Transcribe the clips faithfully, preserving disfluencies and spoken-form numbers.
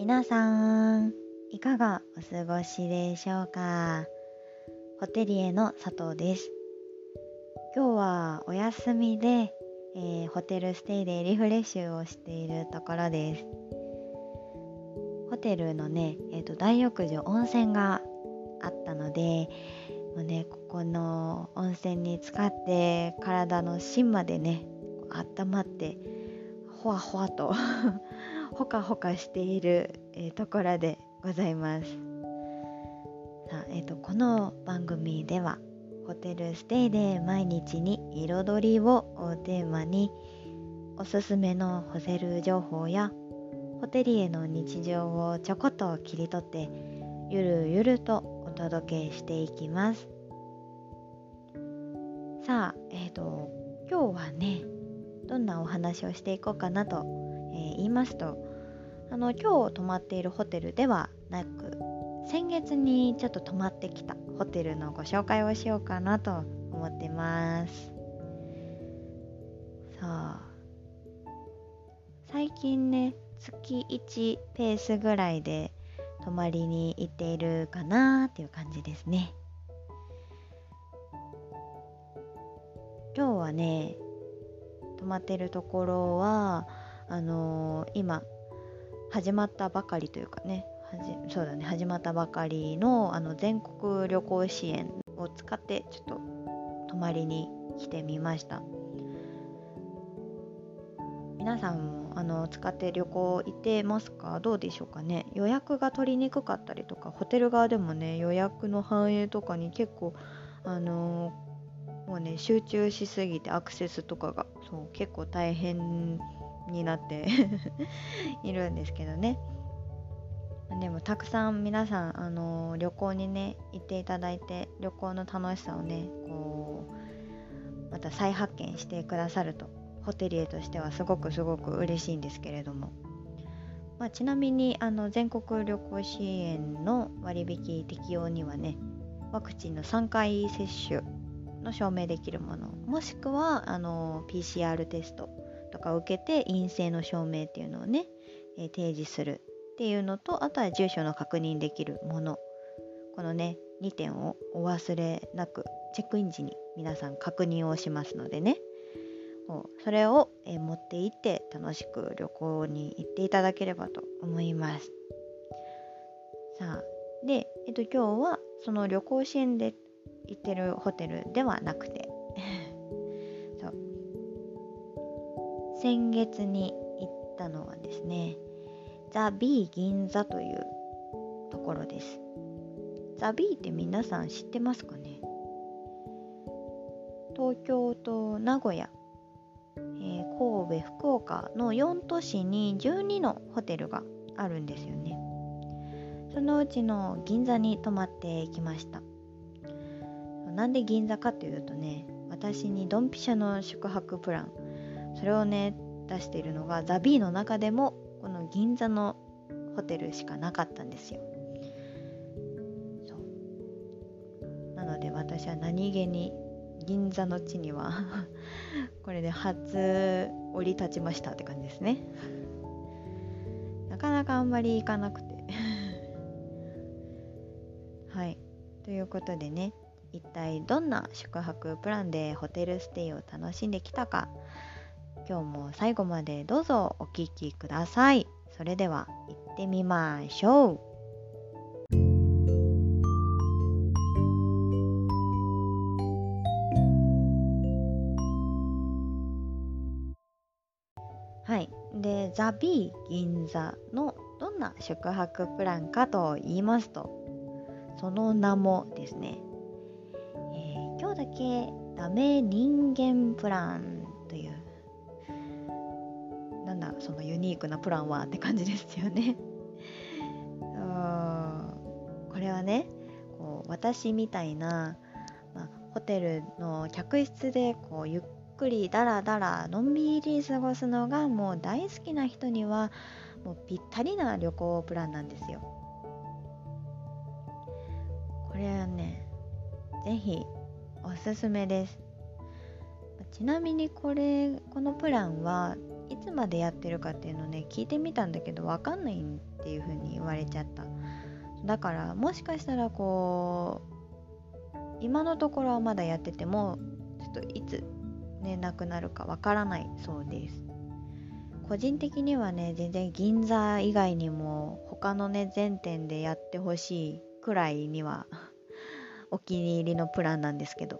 皆さんいかがお過ごしでしょうか。ホテリエの佐藤です。今日はお休みで、えー、ホテルステイでリフレッシュをしているところです。ホテルのね、えーと、大浴場温泉があったので、もうね、ここの温泉に浸かって体の芯までね温まってほわほわとほかほかしている、えー、ところでございます。さあ、えーと、この番組ではホテルステイで毎日に彩りををテーマにおすすめのホテル情報やホテリエの日常をちょこっと切り取ってゆるゆるとお届けしていきます。さあ、えーと今日はねどんなお話をしていこうかなと、えー、言いますと、あの今日泊まっているホテルではなく、先月にちょっと泊まってきたホテルのご紹介をしようかなと思ってます。さあ、最近ね月いちペースぐらいで泊まりに行っているかなっていう感じですね。今日はね泊まってるところはあのー、今始まったばかりというかねはじそうだね始まったばかりのあの全国旅行支援を使ってちょっと泊まりに来てみました。皆さんもあの使って旅行行ってますか？どうでしょうかね。予約が取りにくかったりとか、ホテル側でもね予約の反映とかに結構あのーもうね集中しすぎてアクセスとかがそう結構大変になっているんですけどね。でもたくさん皆さん、あのー、旅行にね行っていただいて、旅行の楽しさをねこうまた再発見してくださるとホテリエとしてはすごくすごく嬉しいんですけれども、まあ、ちなみにあの全国旅行支援の割引適用にはねワクチンのさんかい接種の証明できるもの、もしくはあの ピーシーアール テストとかを受けて陰性の証明っていうのをね、えー、提示するっていうのと、あとは住所の確認できるもの、このねにてんをお忘れなくチェックイン時に皆さん確認をしますのでね、それを、えー、持って行って楽しく旅行に行っていただければと思います。さあで、えっと、今日はその旅行支援で行ってるホテルではなくてそう先月に行ったのはですね、ザ・ビー銀座というところです。ザ・ビーって皆さん知ってますかね。東京と名古屋、えー、神戸、福岡のよん都市にじゅうにのホテルがあるんですよね。そのうちの銀座に泊まってきました。なんで銀座かというとね、私にドンピシャの宿泊プラン、それをね出しているのがザ・ビーの中でもこの銀座のホテルしかなかったんですよ。そうなので私は何気に銀座の地にはこれで初降り立ちましたって感じですね。なかなかあんまり行かなくてはい、ということでね、一体どんな宿泊プランでホテルステイを楽しんできたか、今日も最後までどうぞお聞きください。それでは行ってみましょう。はい、でザ・ビー銀座のどんな宿泊プランかと言いますと、その名もですね、えー、今日だけダメ人間プランという、なんだそのユニークなプランはって感じですよねこれはねこう私みたいな、まあ、ホテルの客室でこうゆっくりだらだらのんびり過ごすのがもう大好きな人にはもうぴったりな旅行プランなんですよ。これはねぜひおすすめです。ちなみにこれこのプランはいいつまでやってるかっていうのをね聞いてみたんだけど、わかんないっていう風に言われちゃった。だからもしかしたらこう今のところはまだやっててもちょっといつねなくなるかわからないそうです。個人的にはね全然銀座以外にも他のね全店でやってほしいくらいにはお気に入りのプランなんですけど、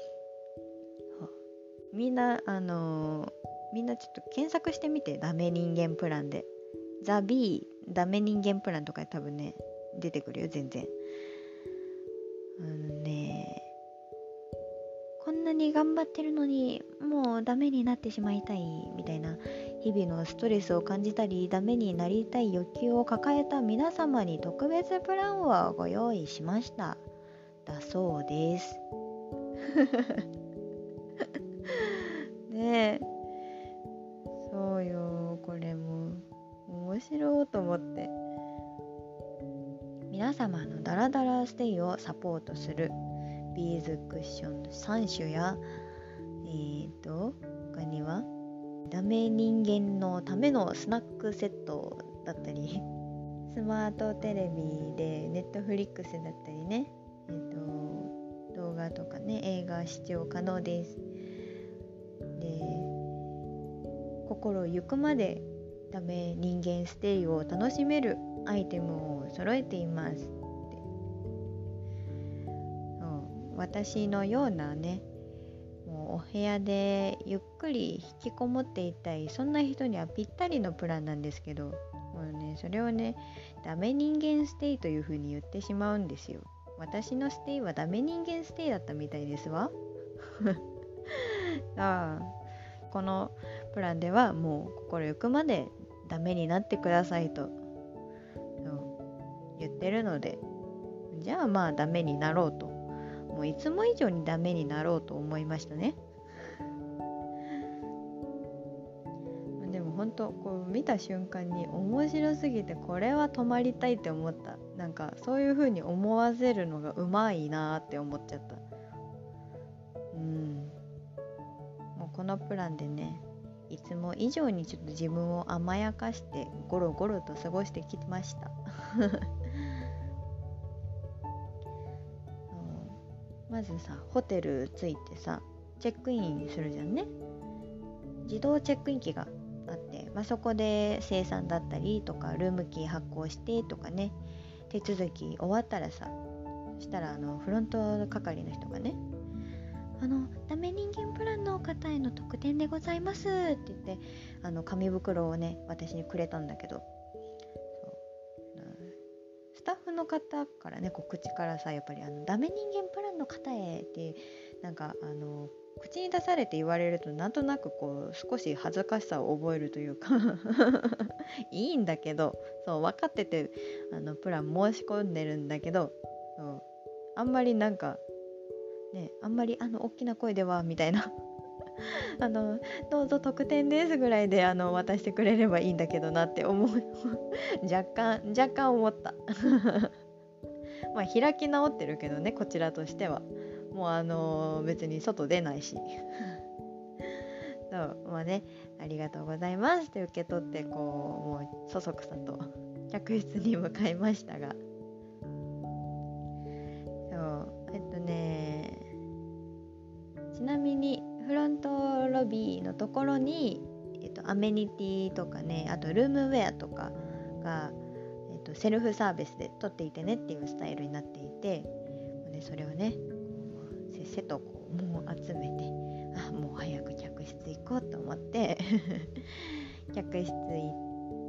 みんなあのーみんなちょっと検索してみて、ダメ人間プランでザ・ビーダメ人間プランとか多分ね出てくるよ全然。あのねこんなに頑張ってるのにもうダメになってしまいたいみたいな、日々のストレスを感じたりダメになりたい欲求を抱えた皆様に特別プランをご用意しましただそうです。ねえ、そうよ、これも面白いと思って。皆様のダラダラステイをサポートするビーズクッションさん種や、えーと他にはダメ人間のためのスナックセットだったり、スマートテレビでネットフリックスだったりね、えーと動画とかね映画視聴可能です。で心ゆくまでダメ人間ステイを楽しめるアイテムを揃えていますって。そう私のようなねもうお部屋でゆっくり引きこもっていたいそんな人にはぴったりのプランなんですけど、もうねそれをねダメ人間ステイという風に言ってしまうんですよ。私のステイはダメ人間ステイだったみたいですわ。ああこのプランではもう心ゆくまでダメになってくださいと言ってるので、じゃあまあダメになろうと、もういつも以上にダメになろうと思いましたね。でも本当こう見た瞬間に面白すぎてこれは泊まりたいって思った。なんかそういう風に思わせるのがうまいなって思っちゃった。うんもうこのプランでねいつも以上にちょっと自分を甘やかしてゴロゴロと過ごしてきました。まずさホテル着いてさチェックインするじゃんね。自動チェックイン機があって、まあ、そこで精算だったりとかルームキー発行してとかね手続き終わったらさ、そしたらあのフロント係の人がねあのダメ人間プランの方への特典でございますって言ってあの紙袋をね私にくれたんだけど、そうスタッフの方からねこう口からさやっぱりあのダメ人間プランの方へってなんかあの口に出されて言われるとなんとなくこう少し恥ずかしさを覚えるというかいいんだけど、そう分かっててあのプラン申し込んでるんだけど、そうあんまりなんかねあんまりあの大きな声ではみたいなあのどうぞ特典ですぐらいであの渡してくれればいいんだけどなって思う若干若干思ったまあ開き直ってるけどねこちらとしてはもうあのー、別に外出ないしそうまあねありがとうございますって受け取ってこうもうそそくさと客室に向かいましたが、そうえっとねちなみにフロントロビーのところに、えっと、アメニティとかねあとルームウェアとかが、えっと、セルフサービスで取っていてねっていうスタイルになっていて、ね、それをねせっせとこうもう集めてあもう早く客室行こうと思って客室行って、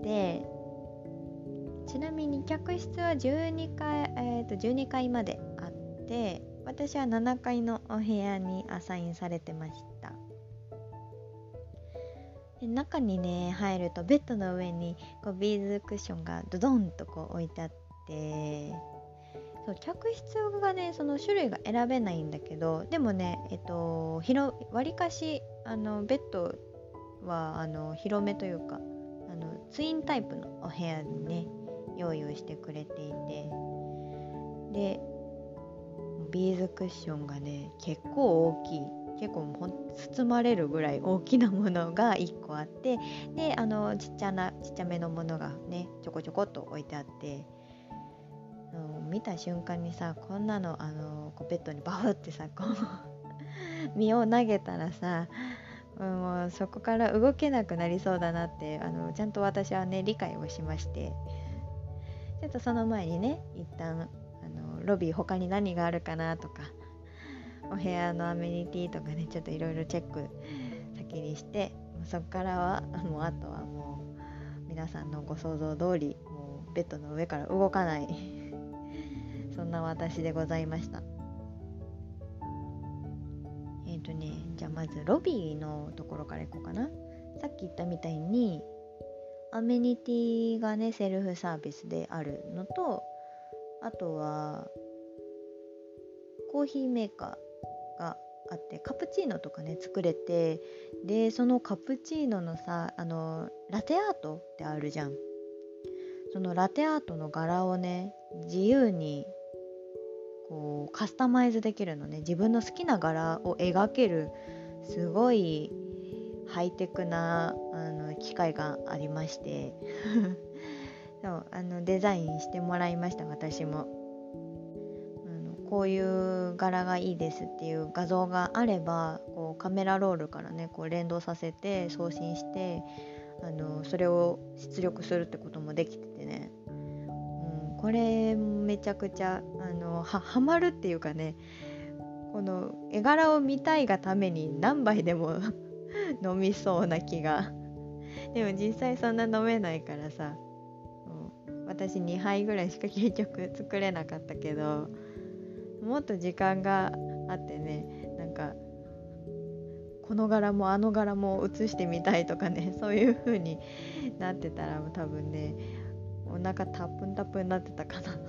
ちなみに客室はじゅうにかい、えー、とじゅうにかいまであって私はななかいのお部屋にアサインされてました。で中にね入るとベッドの上にこうビーズクッションがドドンとこう置いてあって、そう客室がねその種類が選べないんだけど、でもねえっと広わりかしあのベッドはあの広めというかあのツインタイプのお部屋にね用意をしてくれていて、でビーズクッションがね結構大きい結構ほん包まれるぐらい大きなものがいっこあって、であのちっちゃなちっちゃめのものがねちょこちょこっと置いてあって、うん、見た瞬間にさ、こんなのあのこうベッドにバフってさこう身を投げたらさ、うん、もうそこから動けなくなりそうだなって、あのちゃんと私はね理解をしまして、ちょっとその前にね一旦あのロビー他に何があるかなとか、お部屋のアメニティとかねちょっといろいろチェック先にして、そこからはもうあとはもう皆さんのご想像通り、もうベッドの上から動かないそんな私でございました。えっとねじゃあまずロビーのところからいこうかな。さっき言ったみたいにアメニティがねセルフサービスであるのと、あとはコーヒーメーカーがあって、カプチーノとかね作れて、でそのカプチーノのさ、あのラテアートってあるじゃん。そのラテアートの柄をね自由にこうカスタマイズできるのね。自分の好きな柄を描けるすごいハイテクなあの機械がありましてそうあのデザインしてもらいました。私もあのこういう柄がいいですっていう画像があれば、こうカメラロールからねこう連動させて送信して、あのそれを出力するってこともできててね、うん、これめちゃくちゃあのはハマるっていうかね、この絵柄を見たいがために何杯でも飲みそうな気が。でも実際そんな飲めないからさ、うん、私にはいぐらいしか結局作れなかったけど、もっと時間があってね、なんかこの柄もあの柄も写してみたいとかね、そういう風になってたら多分ねお腹タップンタップンになってたかな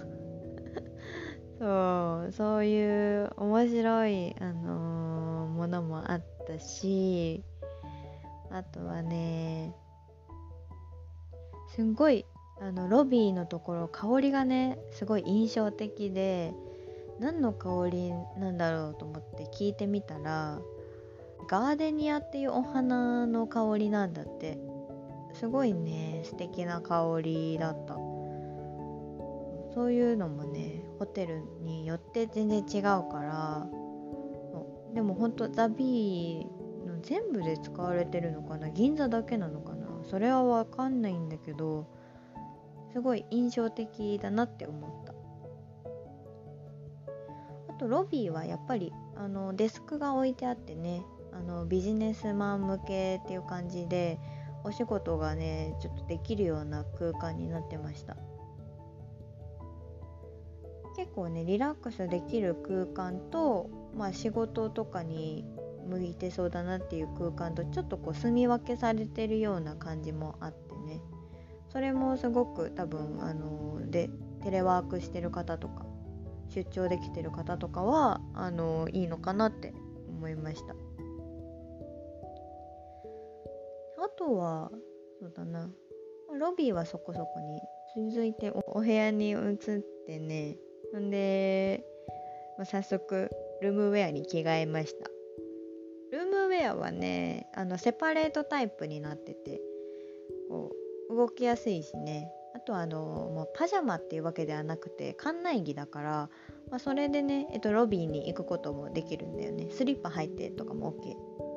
そうそういう面白い、あのーものもあったし、あとはねすんごいあのロビーのところ香りがねすごい印象的で、何の香りなんだろうと思って聞いてみたら、ガーデニアっていうお花の香りなんだって。すごいね素敵な香りだった。そういうのもねホテルによって全然違うから、でもほんとザ・ビーの全部で使われてるのかな、銀座だけなのかな、それはわかんないんだけど、すごい印象的だなって思った。あとロビーはやっぱりあのデスクが置いてあってね、あのビジネスマン向けっていう感じでお仕事がねちょっとできるような空間になってました。結構ねリラックスできる空間と、まあ、仕事とかに向いてそうだなっていう空間とちょっとこう住み分けされてるような感じもあってね、それもすごく多分あのでテレワークしてる方とか出張できてる方とかはあのいいのかなって思いました。あとはそうだな、ロビーはそこそこに続いて お, お部屋に移ってね、んで、まあ、早速ルームウェアに着替えました。ルームウェアはねあのセパレートタイプになってて、こう動きやすいしね、あとはあのもうパジャマっていうわけではなくて館内着だから、まあ、それでね、えっと、ロビーに行くこともできるんだよね。スリッパ履いてとかも OK。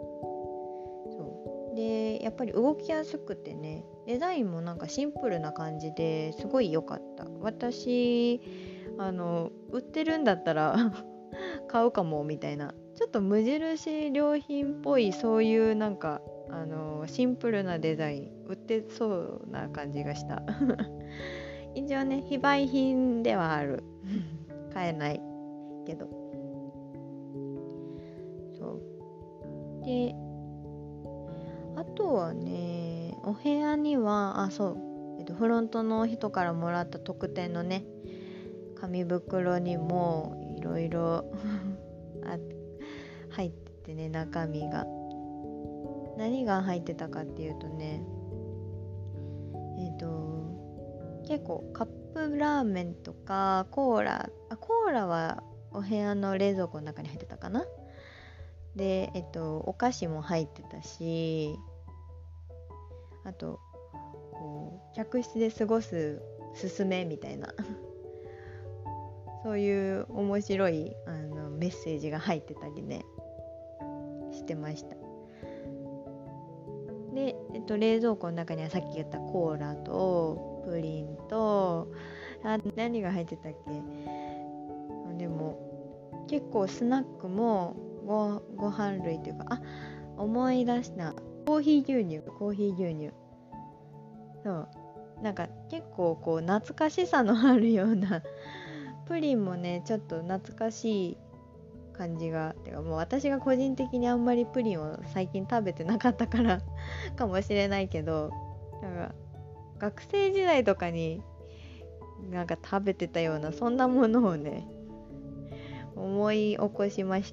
そうでやっぱり動きやすくてね、デザインもなんかシンプルな感じですごい良かった。私あの売ってるんだったら買うかもみたいな、ちょっと無印良品っぽい、そういうなんかあのシンプルなデザイン売ってそうな感じがした一応ね非売品ではある買えないけど。そうであとはねお部屋にはあそう、えっと、フロントの人からもらった特典のね紙袋にもいろいろ入っててね、中身が何が入ってたかっていうとね、えっと結構カップラーメンとかコーラあコーラはお部屋の冷蔵庫の中に入ってたかな。 で、えっと、お菓子も入ってたし、あとこう客室で過ごすすすめみたいなそういう面白いあのメッセージが入ってたりねしてました。で、えっと、冷蔵庫の中にはさっき言ったコーラとプリンと、あ、何が入ってたっけ。でも結構スナックも ご, ご飯類というか、あ、思い出した、コーヒー牛乳コーヒー牛乳そうなんか結構こう懐かしさのあるようなプリンもねちょっと懐かしい感じが、てかもう私が個人的にあんまりプリンを最近食べてなかったからかもしれないけど、なんか学生時代とかになんか食べてたようなそんなものをね思い起こしました。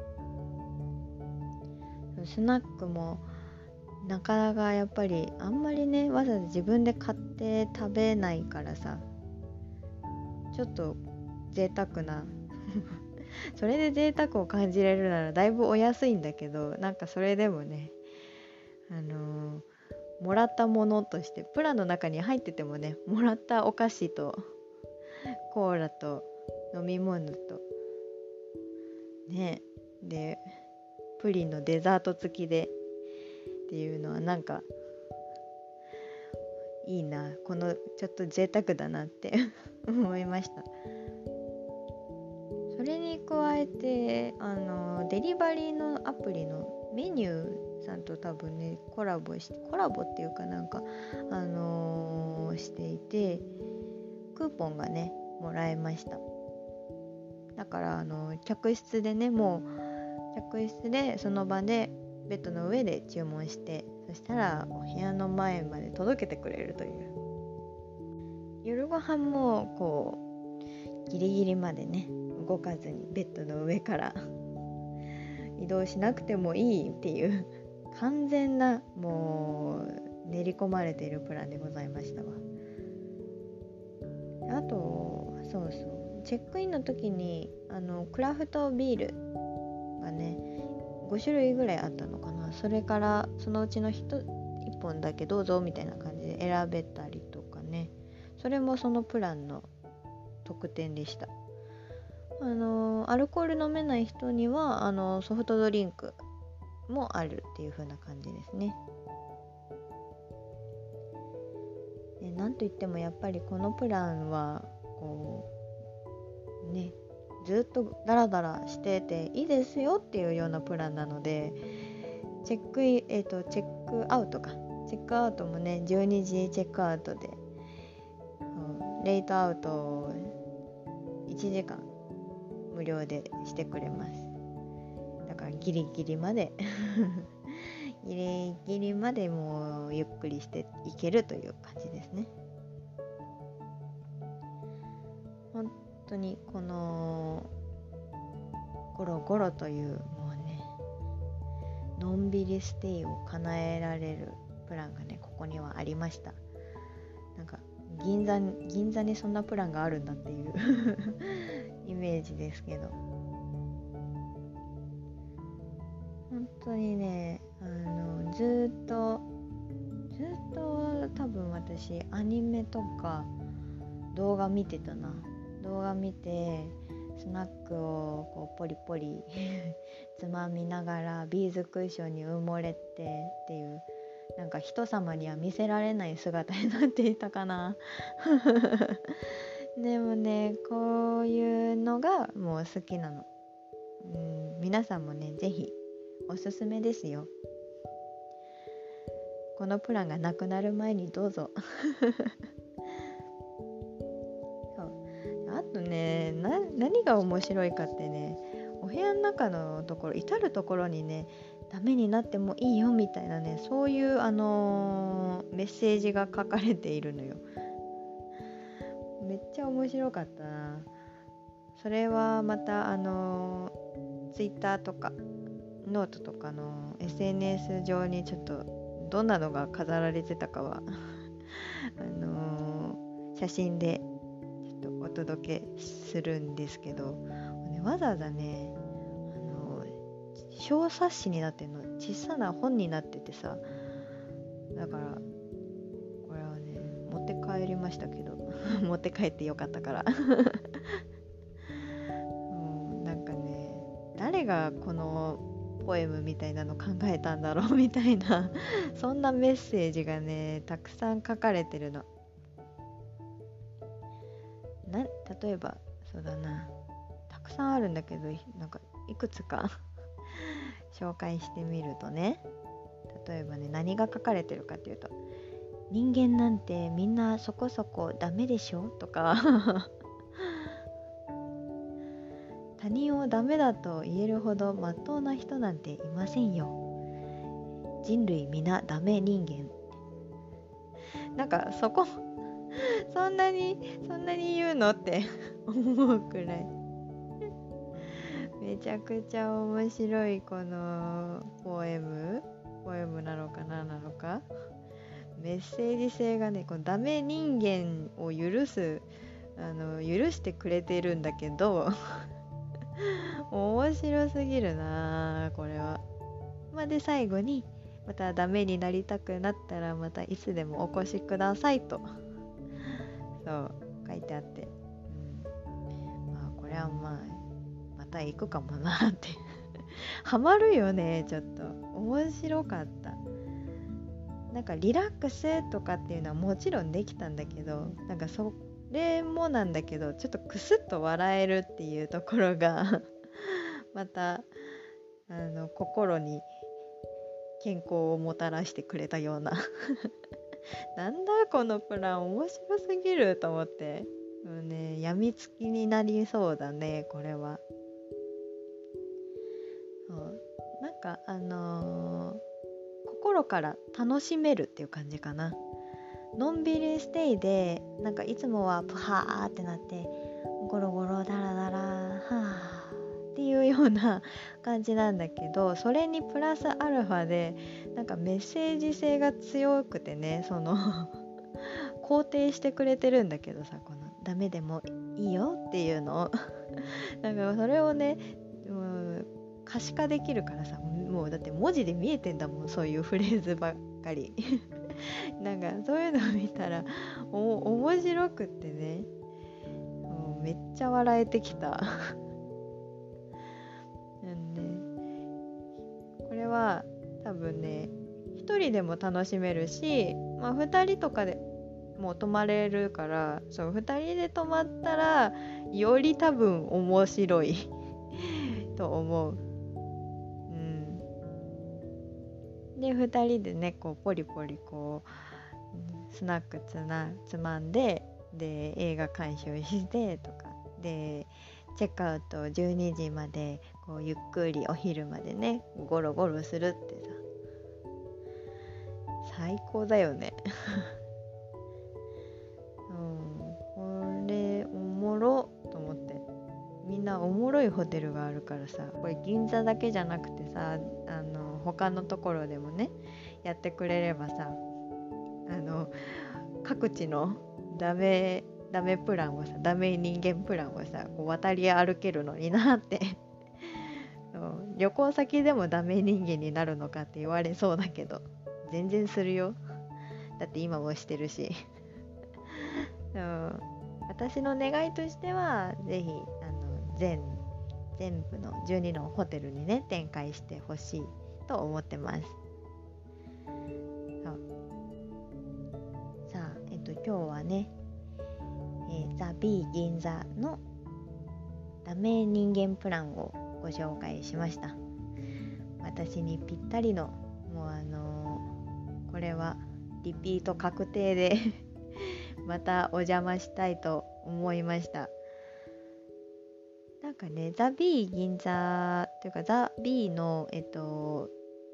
スナックもなかなかやっぱりあんまりねわざわざ自分で買って食べないからさ、ちょっと贅沢なそれで贅沢を感じれるならだいぶお安いんだけど、なんかそれでもねあのー、もらったものとしてプランの中に入っててもね、もらったお菓子とコーラと飲み物とねでプリンのデザート付きでっていうのはなんかいいな、このちょっと贅沢だなって思いました。それに加えてあのデリバリーのアプリのメニューさんと多分ねコラボしてコラボっていうかなんかあのー、していてクーポンがねもらえました。だからあの客室でねもう客室でその場でベッドの上で注文して、そしたらお部屋の前まで届けてくれるという。夜ご飯もこうギリギリまでね動かずにベッドの上から移動しなくてもいいっていう完全なもう練り込まれているプランでございましたわ。あとそうそうチェックインの時にあのクラフトビールがねご種類ぐらいあったのかな。それからそのうちの 1, いっぽんだけどうぞみたいな感じで選べたりとかね、それもそのプランの特典でした。あのアルコール飲めない人にはあのソフトドリンクもあるっていう風な感じですね。でなんといってもやっぱりこのプランはこうねずっとダラダラしてていいですよっていうようなプランなので、チェックイン、えーと、チェックアウトかチェックアウトもねじゅうにじチェックアウトで、うん、レイトアウトをいちじかん無料でしてくれます。だからギリギリまでギリギリまでもうゆっくりしていけるという感じですね。本当にこのゴロゴロというもうねのんびりステイを叶えられるプランがねここにはありました。なんか銀座に銀座にそんなプランがあるんだっていうイメージですけど、本当にねあのずっとずっと多分私アニメとか動画見てたな。動画見てスナックをこうポリポリつまみながらビーズクッションに埋もれてっていう、なんか人様には見せられない姿になっていたかなでもねこういうのがもう好きなの。うん、皆さんもねぜひおすすめですよ。このプランがなくなる前にどうぞあとねな何が面白いかってね、お部屋の中のところ至るところにねダメになってもいいよみたいなねそういうあのー、メッセージが書かれているのよ。めっちゃ面白かったな。それはまたあのー、ツイッターとかノートとかの エスエヌエス 上にちょっとどんなのが飾られてたかはあのー、写真でお届けするんですけど、ね、わざわざね、あの小冊子になってんの、小さな本になっててさ、だからこれはね持って帰りましたけど持って帰ってよかったからうん、なんかね、誰がこのポエムみたいなの考えたんだろうみたいなそんなメッセージがねたくさん書かれてるの。な例えばそうだな、たくさんあるんだけど、なんかいくつか紹介してみるとね、例えばね、何が書かれてるかっていうと、人間なんてみんなそこそこダメでしょとか他人をダメだと言えるほどまっとうな人なんていませんよ、人類皆ダメ人間。なんかそこそんなにそんなに言うのって思うくらいめちゃくちゃ面白いこのポエムポエムなのかななのか、メッセージ性がね、このダメ人間を許すあの許してくれてるんだけど面白すぎるなこれは。まあ、で最後にまたダメになりたくなったらまたいつでもお越しくださいとそう書いてあって、うん、まあこれはまあまた行くかもなってハマるよね。ちょっと面白かった。なんかリラックスとかっていうのはもちろんできたんだけど、なんかそれもなんだけど、ちょっとクスッと笑えるっていうところがまたあの心に健康をもたらしてくれたようななんだこのプラン面白すぎると思って、もうね、やみつきになりそうだねこれは。そうなんかあのー心から楽しめるっていう感じかな。のんびりステイで、なんかいつもはプハーってなってゴロゴロダラダラはーっていうような感じなんだけど、それにプラスアルファでなんかメッセージ性が強くてね、その肯定してくれてるんだけどさ、このダメでもいいよっていうのをなんかそれをね、もう可視化できるからさ、もうだって文字で見えてんだもん、そういうフレーズばっかりなんかそういうのを見たらお面白くってね、もうめっちゃ笑えてきたなんでこれは多分ね、一人でも楽しめるし、まあ二人とかでもう泊まれるから、そう二人で泊まったらより多分面白いと思う。うん、でふたりでねこうポリポリこうスナックつなつまんで、で映画鑑賞してとかで、チェックアウトじゅうにじまでこうゆっくりお昼までねゴロゴロするってさ、最高だよねうん、これおもろと思って。みんなおもろいホテルがあるからさ、これ銀座だけじゃなくてさ、あの他のところでもねやってくれればさ、あの各地のダメダメプランをさ、ダメ人間プランをさこう渡り歩けるのになってそう旅行先でもダメ人間になるのかって言われそうだけど、全然するよ。だって今もしてるしそう私の願いとしてはぜひあの全全部のじゅうにのホテルにね展開してほしいと思ってます。そうさあ、えっと今日はね、えー、ザ・ビー銀座のダメ人間プランをご紹介しました。私にぴったりの、もうあのーこれはリピート確定でまたお邪魔したいと思いました。なんかね、ザ・ビー銀座というかザ・ビーのえっと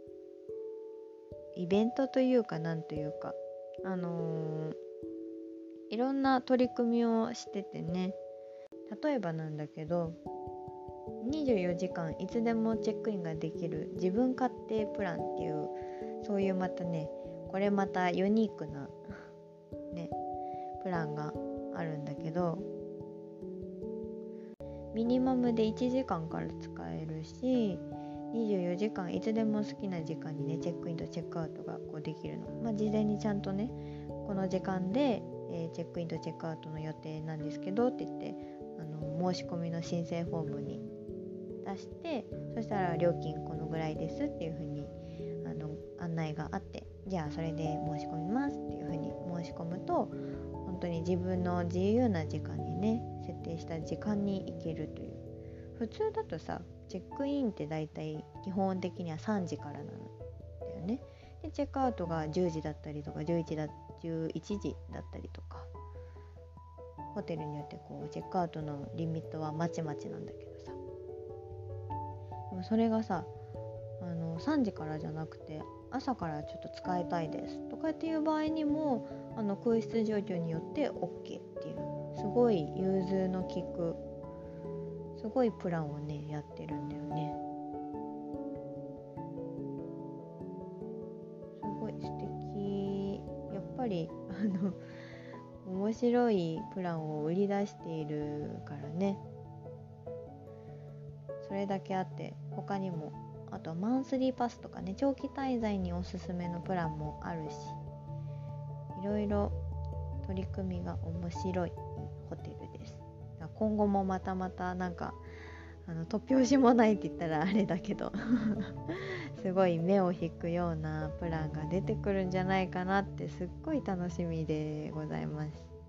イベントというかなんというか、あのーいろんな取り組みをしててね、例えばなんだけどにじゅうよじかんいつでもチェックインができる自分勝手プランっていう、そういうまたね、これまたユニークなねプランがあるんだけど、ミニマムでいちじかんから使えるし、 にじゅうよじかんいつでも好きな時間にねチェックインとチェックアウトがこうできるの。まあ事前にちゃんとねこの時間で、えー、チェックインとチェックアウトの予定なんですけどって言ってあの申し込みの申請フォームに出して、そしたら料金このぐらいですっていう風にあの案内があって、じゃあそれで申し込みますっていう風に申し込むと本当に自分の自由な時間にね設定した時間に行けるという。普通だとさチェックインってだいたい基本的にはさんじからなんだよね。でチェックアウトがじゅうじだったりとかじゅういちだじゅういちじだったりとか、ホテルによってこうチェックアウトのリミットはまちまちなんだけどさ、でもそれがさあのさんじからじゃなくて朝からちょっと使いたいですとかっていう場合にもあの空室状況によって OK っていう、すごい融通の利くすごいプランをねやってるんだよね。すごい素敵。やっぱりあの面白いプランを売り出しているからね。それだけあって他にもあとマンスリーパスとかね長期滞在におすすめのプランもあるし、いろいろ取り組みが面白いホテルです。今後もまたまたなんかあの突拍子もないって言ったらあれだけどすごい目を引くようなプランが出てくるんじゃないかなってすっごい楽しみでございます。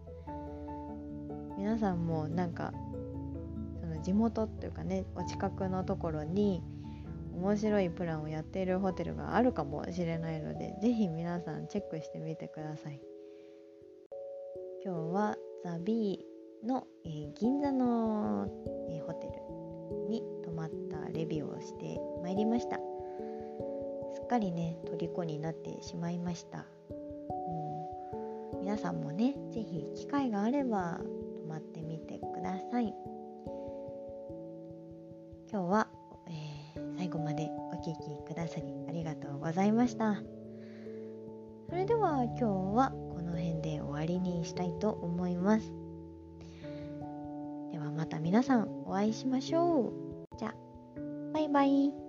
皆さんもなんかその地元っていうかねお近くのところに面白いプランをやっているホテルがあるかもしれないので、ぜひ皆さんチェックしてみてください。今日はザ・ビーの、えー、銀座の、えー、ホテルに泊まったレビューをしてまいりました。すっかりね虜になってしまいました。うん、皆さんもねぜひ機会があれば泊まってみてください。今日は、えー、最後までお聞きくださりありがとうございました。それでは今日はこの辺で終わりにしたいと思います。ではまた皆さんお会いしましょう。じゃあバイバイ。